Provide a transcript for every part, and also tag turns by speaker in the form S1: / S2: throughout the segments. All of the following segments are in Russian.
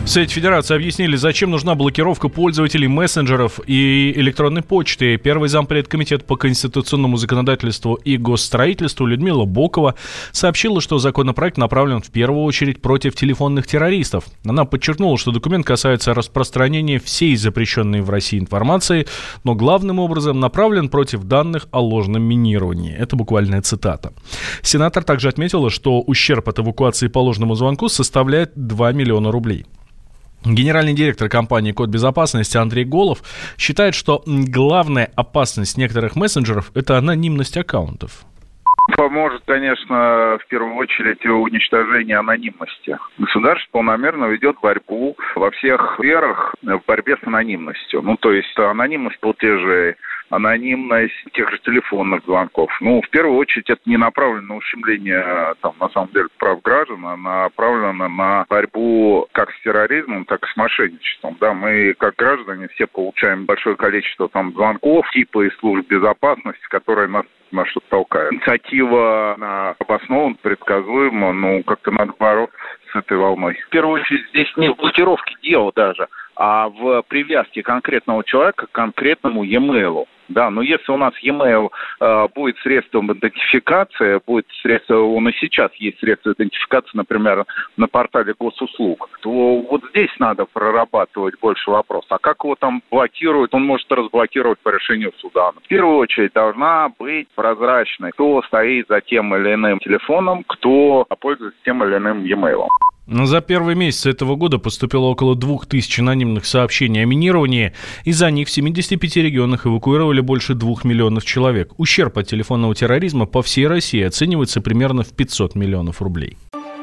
S1: В Совете Федерации объяснили, зачем нужна блокировка пользователей мессенджеров и электронной почты. Первый зампред комитета по конституционному законодательству и госстроительству Людмила Бокова сообщила, что законопроект направлен в первую очередь против телефонных террористов. Она подчеркнула, что документ касается распространения всей запрещенной в России информации, но главным образом направлен против данных о ложном минировании. Это буквальная цитата. Сенатор также отметила, что ущерб от эвакуации по ложному звонку составляет 2 миллиона рублей. Генеральный директор компании «Код безопасности» Андрей Голов считает, что главная опасность некоторых мессенджеров – это анонимность аккаунтов.
S2: Поможет, конечно, в первую очередь уничтожение анонимности. Государство полномерно ведет борьбу во всех сферах в борьбе с анонимностью. То есть анонимность платежей, анонимность тех же телефонных звонков. В первую очередь это не направлено на ущемление, на самом деле, прав граждан, а направлено на борьбу как с терроризмом, так и с мошенничеством. Мы, как граждане, все получаем большое количество звонков типа из служб безопасности, которые нас на что-то толкают. Инициатива, она обоснована, предсказуема, как-то надо бороться с этой волной.
S3: В первую очередь здесь не в блокировке дела даже, а в привязке конкретного человека к конкретному e-mail. Если у нас e-mail будет средством идентификации, он и сейчас есть средство идентификации, например, на портале госуслуг, то вот здесь надо прорабатывать больше вопрос. А как его там блокируют? Он может разблокировать по решению суда. В первую очередь должна быть прозрачной, кто стоит за тем или иным телефоном, кто пользуется тем или иным e-mail.
S1: За первый месяц этого года поступило около 2000 анонимных сообщений о минировании. Из-за них в 75 регионах эвакуировали больше 2 миллионов человек. Ущерб от телефонного терроризма по всей России оценивается примерно в 500 миллионов рублей.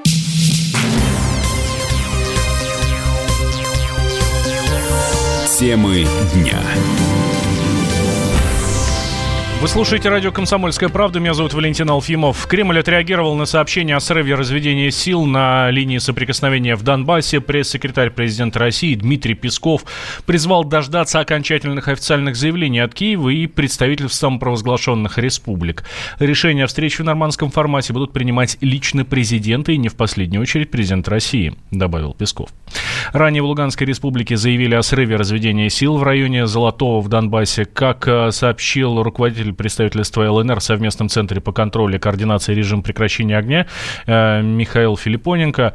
S4: Темы дня.
S1: Вы слушаете радио «Комсомольская правда». Меня зовут Валентин Алфимов. Кремль отреагировал на сообщение о срыве разведения сил на линии соприкосновения в Донбассе. Пресс-секретарь президента России Дмитрий Песков призвал дождаться окончательных официальных заявлений от Киева и представительств самопровозглашенных республик. Решения о встрече в нормандском формате будут принимать лично президент и не в последнюю очередь президент России, добавил Песков. Ранее в Луганской республике заявили о срыве разведения сил в районе Золотого в Донбассе. Как сообщил руководитель представительства ЛНР в совместном центре по контролю и координации режима прекращения огня Михаил Филиппоненко,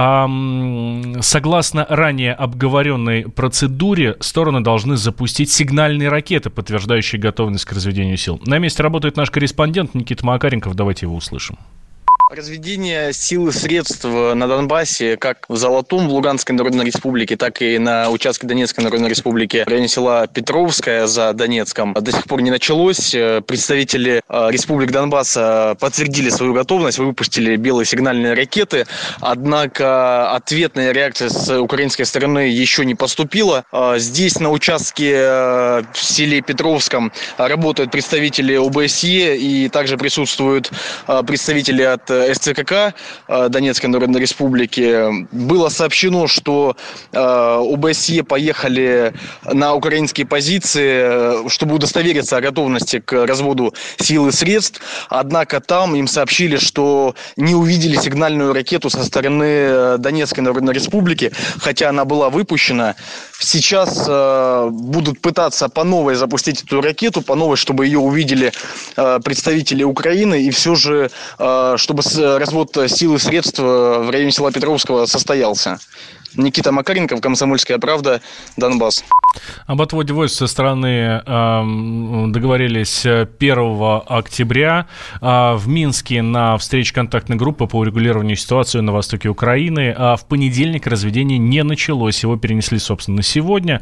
S1: согласно ранее обговоренной процедуре, стороны должны запустить сигнальные ракеты, подтверждающие готовность к разведению сил. На месте работает наш корреспондент Никита Макаренков. Давайте его услышим.
S5: Разведение сил и средств на Донбассе, как в Золотом, в Луганской Народной Республике, так и на участке Донецкой Народной Республики, в районе села Петровское за Донецком, до сих пор не началось. Представители республик Донбасса подтвердили свою готовность, выпустили белые сигнальные ракеты, однако ответная реакция с украинской стороны еще не поступила. Здесь на участке в селе Петровском работают представители ОБСЕ и также присутствуют представители от СЦКК Донецкой Народной Республики. Было сообщено, что ОБСЕ поехали на украинские позиции, чтобы удостовериться о готовности к разводу сил и средств. Однако там им сообщили, что не увидели сигнальную ракету со стороны Донецкой Народной Республики, хотя она была выпущена. Сейчас будут пытаться по новой запустить эту ракету, по новой, чтобы ее увидели представители Украины, и все же, чтобы развод сил и средств в районе села Петровского состоялся. Никита Макаренков, «Комсомольская правда», Донбасс.
S1: Об отводе войск со стороны договорились 1 октября. В Минске на встрече контактной группы по урегулированию ситуации на востоке Украины. В понедельник разведение не началось. Его перенесли, собственно, на сегодня.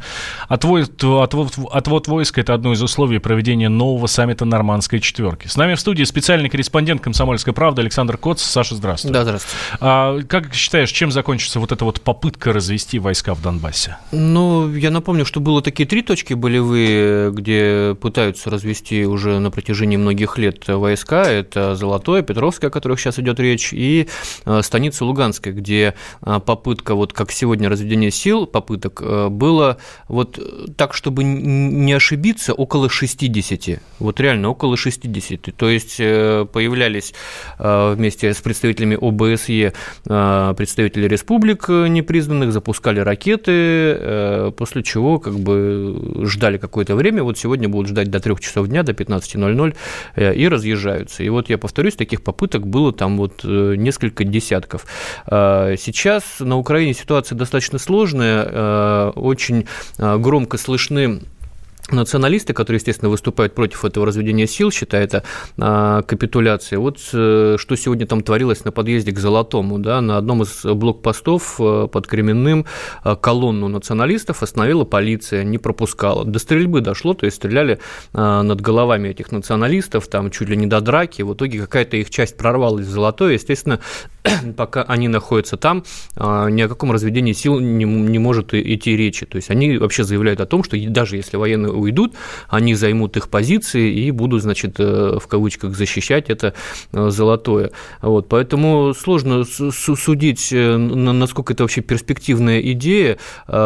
S1: Отвод войск – это одно из условий проведения нового саммита «Нормандской четверки». С нами в студии специальный корреспондент «Комсомольской правды» Александр Коц. Саша, здравствуй.
S6: Да, здравствуй.
S1: Как считаешь, чем закончится вот эта вот попытка развести войска в Донбассе?
S6: Я напомню, что
S4: что было такие 3 точки болевые, где пытаются развести уже на протяжении многих лет войска. Это Золотое, Петровское, о которых сейчас идет речь, и станица Луганская, где попытка, вот как сегодня, разведения сил, попыток было вот так, чтобы не ошибиться, около 60. Вот реально около 60. То есть появлялись вместе с представителями ОБСЕ представители республик непризнанных, запускали ракеты, после чего как бы ждали какое-то время. Вот сегодня будут ждать до 3 часов дня, до 15:00 и разъезжаются. И вот я повторюсь, таких попыток было там вот несколько десятков. Сейчас на Украине ситуация достаточно сложная, очень громко слышны националисты, которые, естественно, выступают против этого разведения сил, считая это капитуляцией. Вот что сегодня там творилось на подъезде к Золотому. Да, на одном из блокпостов под Кременным колонну националистов остановила полиция, не пропускала. До стрельбы дошло, то есть стреляли над головами этих националистов, там чуть ли не до драки. В итоге какая-то их часть прорвалась в Золотое. Естественно, пока они находятся там, ни о каком разведении сил не может идти речи. То есть они вообще заявляют о том, что даже если военные уйдут, они займут их позиции и будут, значит, в кавычках защищать это Золотое. Вот, поэтому сложно судить, насколько это вообще перспективная идея.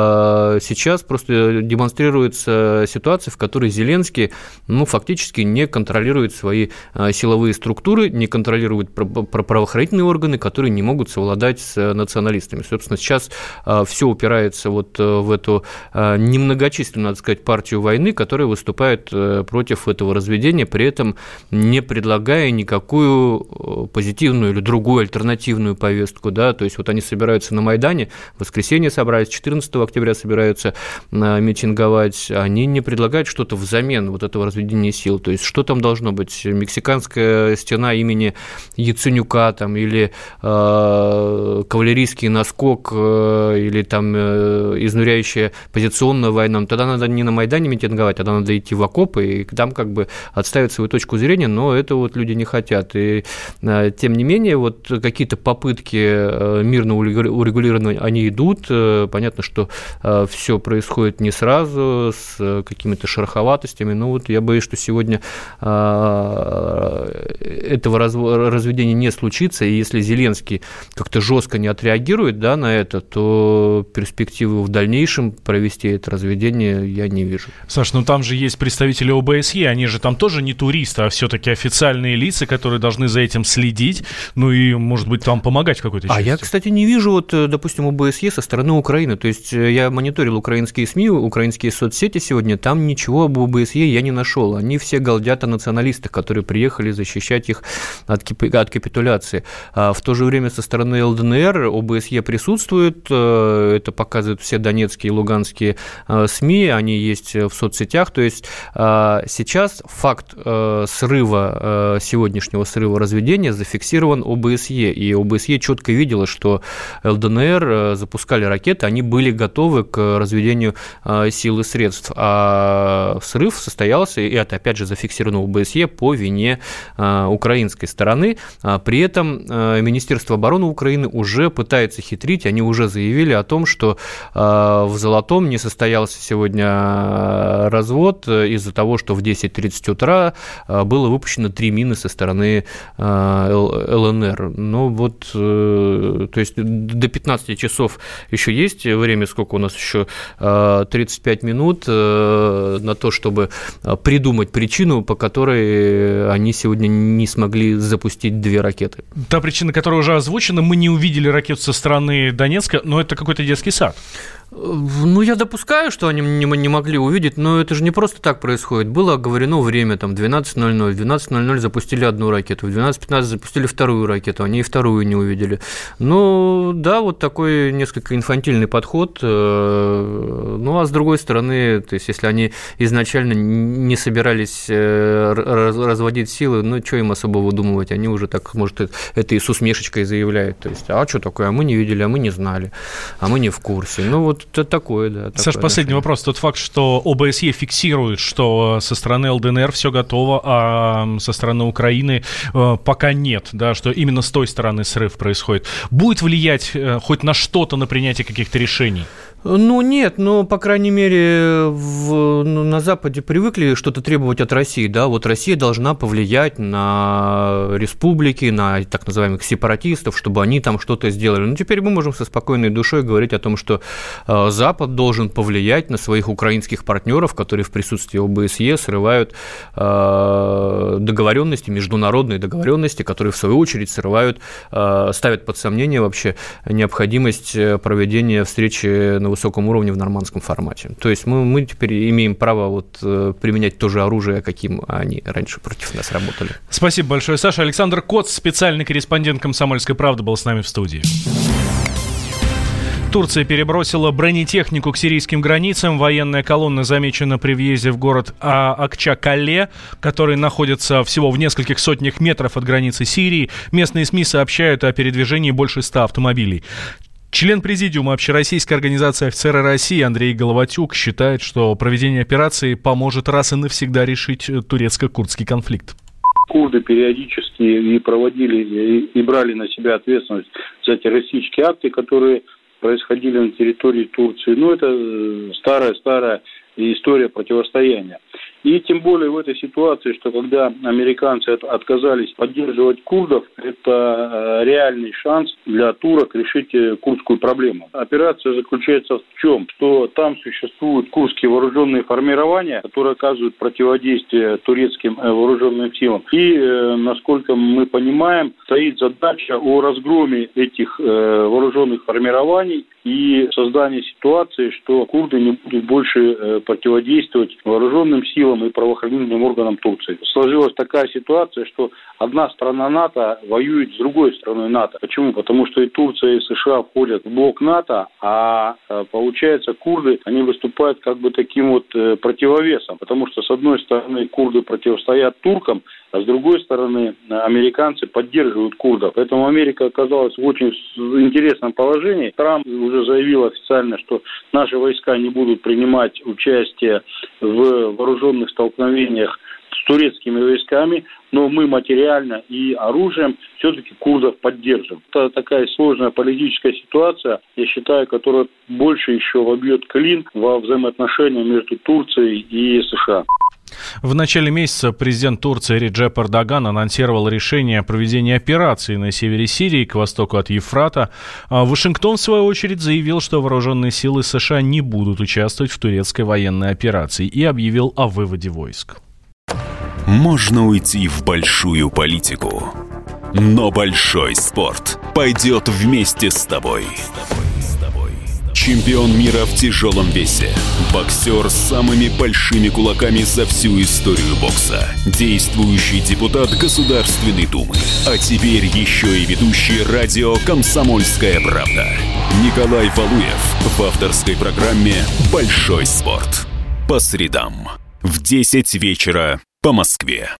S4: Сейчас просто демонстрируется ситуация, в которой Зеленский, фактически не контролирует свои силовые структуры, не контролирует правоохранительные органы, которые не могут совладать с националистами. Собственно, сейчас все упирается вот в эту немногочисленную, надо сказать, партию войны, которая выступает против этого разведения, при этом не предлагая никакую позитивную или другую альтернативную повестку. Да? То есть вот они собираются на Майдане, в воскресенье собрались, 14 октября собираются митинговать, они не предлагают что-то взамен вот этого разведения сил. То есть что там должно быть? Мексиканская стена имени Яценюка там, или кавалерийский наскок, или там изнуряющая позиционная война. Тогда надо не на Майдане митинговать, тогда надо идти в окопы и там как бы отставить свою точку зрения, но это вот люди не хотят. И тем не менее, вот какие-то попытки мирного урегулирования, они идут. Понятно, что все происходит не сразу, с какими-то шероховатостями, но вот я боюсь, что сегодня этого разведения не случится, и если Зеленский как-то жестко не отреагирует, да, на это, то перспективы в дальнейшем провести это разведение я не вижу.
S1: Саш, там же есть представители ОБСЕ, они же там тоже не туристы, а все-таки официальные лица, которые должны за этим следить, и, может быть, там помогать в какой-то части.
S4: А я, кстати, не вижу, вот, допустим, ОБСЕ со стороны Украины, то есть я мониторил украинские СМИ, украинские соцсети сегодня, там ничего об ОБСЕ я не нашел, они все галдят о националистах, которые приехали защищать их от капитуляции. А в то же время со стороны ЛДНР ОБСЕ присутствует, это показывают все донецкие и луганские СМИ, они есть в соцсетях, то есть сейчас факт срыва, сегодняшнего срыва разведения зафиксирован ОБСЕ, и ОБСЕ четко видела, что ЛДНР запускали ракеты, они были готовы к разведению сил и средств, а срыв состоялся, и это опять же зафиксировано ОБСЕ по вине украинской стороны. При этом Министерство обороны Украины уже пытается хитрить, они уже заявили о том, что в Золотом не состоялся сегодня развод из-за того, что в 10:30 утра было выпущено 3 мины со стороны ЛНР. Ну вот, то есть до 15 часов еще есть время, сколько у нас еще, 35 минут на то, чтобы придумать причину, по которой они сегодня не смогли запустить 2 ракеты.
S1: Та причина, которая уже озвучена, мы не увидели ракет со стороны Донецка, но это какой-то детский сад.
S4: Ну, я допускаю, что они не могли увидеть, но это же не просто так происходит. Было оговорено время, там, 12:00, в 12:00 запустили 1 ракету, в 12:15 запустили 2 ракету, они и 2 не увидели. Ну, да, вот такой несколько инфантильный подход. Ну, а с другой стороны, то есть, если они изначально не собирались разводить силы, ну, что им особо выдумывать? Они уже так, может, это и с усмешечкой заявляют. То есть, а что такое? А мы не видели, а мы не знали, а мы не в курсе. Ну, вот это такое, да.
S1: Саш, последний вопрос. Тот факт, что ОБСЕ фиксирует, что со стороны ЛДНР все готово, а со стороны Украины пока нет, да, что именно с той стороны срыв происходит. Будет влиять хоть на что-то, на принятие каких-то решений?
S4: Ну, нет, но, по крайней мере, на Западе привыкли что-то требовать от России, да, вот Россия должна повлиять на республики, на так называемых сепаратистов, чтобы они там что-то сделали. Ну, теперь мы можем со спокойной душой говорить о том, что Запад должен повлиять на своих украинских партнеров, которые в присутствии ОБСЕ срывают договоренности, международные договоренности, которые, в свою очередь, ставят под сомнение вообще необходимость проведения встречи на высоком уровне в нормандском формате. То есть мы теперь имеем право применять то же оружие, каким они раньше против нас работали.
S1: Спасибо большое, Саша. Александр Коц, специальный корреспондент «Комсомольской правды», был с нами в студии. Турция перебросила бронетехнику к сирийским границам. Военная колонна замечена при въезде в город Акчакале, который находится всего в нескольких сотнях метров от границы Сирии. Местные СМИ сообщают о передвижении больше 100 автомобилей. Член президиума Общероссийской организации офицеры России Андрей Головатюк считает, что проведение операции поможет раз и навсегда решить турецко-курдский конфликт.
S6: Курды периодически и проводили, и брали на себя ответственность за террористические акты, которые происходили на территории Турции. Ну, это старая история противостояния. И тем более в этой ситуации, что когда американцы отказались поддерживать курдов, это реальный шанс для турок решить курдскую проблему. Операция заключается в чем? Что там существуют курдские вооруженные формирования, которые оказывают противодействие турецким вооруженным силам. И, насколько мы понимаем, стоит задача о разгроме этих вооруженных формирований и создании ситуации, что курды не будут больше противодействовать вооруженным силам и правоохранительным органам Турции. Сложилась такая ситуация, что одна страна НАТО воюет с другой страной НАТО. Почему? Потому что и Турция, и США входят в блок НАТО, а получается курды, они выступают как бы таким вот противовесом. Потому что с одной стороны курды противостоят туркам, а с другой стороны американцы поддерживают курдов. Поэтому Америка оказалась в очень интересном положении. Трамп уже заявил официально, что наши войска не будут принимать участие в вооруженных столкновениях с турецкими войсками, но мы материально и оружием все-таки курдов поддержим. Это такая сложная политическая ситуация, я считаю, которая больше еще вобьет клин во взаимоотношения между Турцией и США.
S1: В начале месяца президент Турции Реджеп Эрдоган анонсировал решение о проведении операции на севере Сирии, к востоку от Евфрата. Вашингтон, в свою очередь, заявил, что вооруженные силы США не будут участвовать в турецкой военной операции и объявил о выводе войск.
S7: Можно уйти в большую политику, но большой спорт пойдет вместе с тобой. Чемпион мира в тяжелом весе. Боксер с самыми большими кулаками за всю историю бокса. Действующий депутат Государственной Думы. А теперь еще и ведущий радио «Комсомольская правда». Николай Валуев в авторской программе «Большой спорт». По средам в 10 вечера по Москве.